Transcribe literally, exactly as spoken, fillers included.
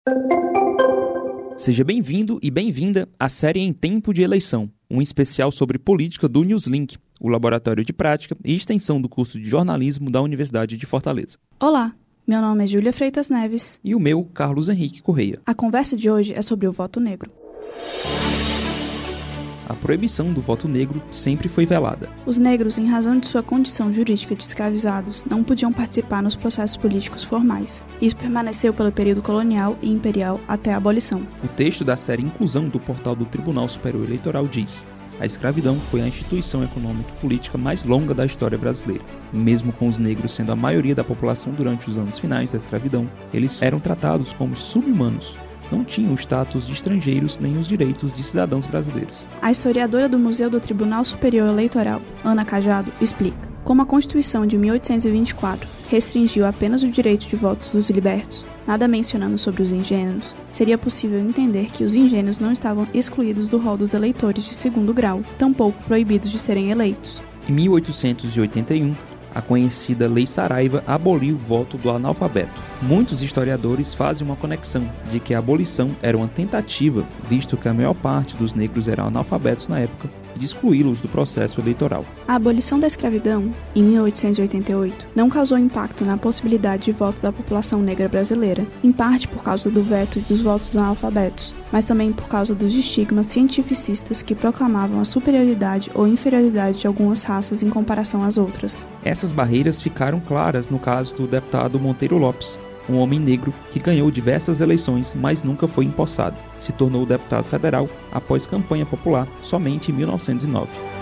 Seja bem-vindo e bem-vinda à série Em Tempo de Eleição, um especial sobre política do Newslink, o laboratório de prática e extensão do curso de jornalismo da Universidade de Fortaleza. Olá, meu nome é Júlia Freitas Neves. E o meu, Carlos Henrique Correia. A conversa de hoje é sobre o voto negro. A proibição do voto negro sempre foi velada. Os negros, em razão de sua condição jurídica de escravizados, não podiam participar nos processos políticos formais. Isso permaneceu pelo período colonial e imperial até a abolição. O texto da série Inclusão do portal do Tribunal Superior Eleitoral diz: a escravidão foi a instituição econômica e política mais longa da história brasileira. Mesmo com os negros sendo a maioria da população durante os anos finais da escravidão, eles eram tratados como sub-humanos. Não tinham o status de estrangeiros nem os direitos de cidadãos brasileiros. A historiadora do Museu do Tribunal Superior Eleitoral, Ana Cajado, explica: como a Constituição de mil oitocentos e vinte e quatro restringiu apenas o direito de votos dos libertos, nada mencionando sobre os ingênuos, seria possível entender que os ingênuos não estavam excluídos do rol dos eleitores de segundo grau, tampouco proibidos de serem eleitos. Em mil oitocentos e oitenta e um, a conhecida Lei Saraiva aboliu o voto do analfabeto. Muitos historiadores fazem uma conexão de que a abolição era uma tentativa, visto que a maior parte dos negros eram analfabetos na época, de excluí-los do processo eleitoral. A abolição da escravidão, em mil oitocentos e oitenta e oito, não causou impacto na possibilidade de voto da população negra brasileira, em parte por causa do veto dos votos dos analfabetos, mas também por causa dos estigmas cientificistas que proclamavam a superioridade ou inferioridade de algumas raças em comparação às outras. Essas barreiras ficaram claras no caso do deputado Monteiro Lopes, um homem negro que ganhou diversas eleições, mas nunca foi empossado. Se tornou deputado federal após campanha popular somente em mil novecentos e nove.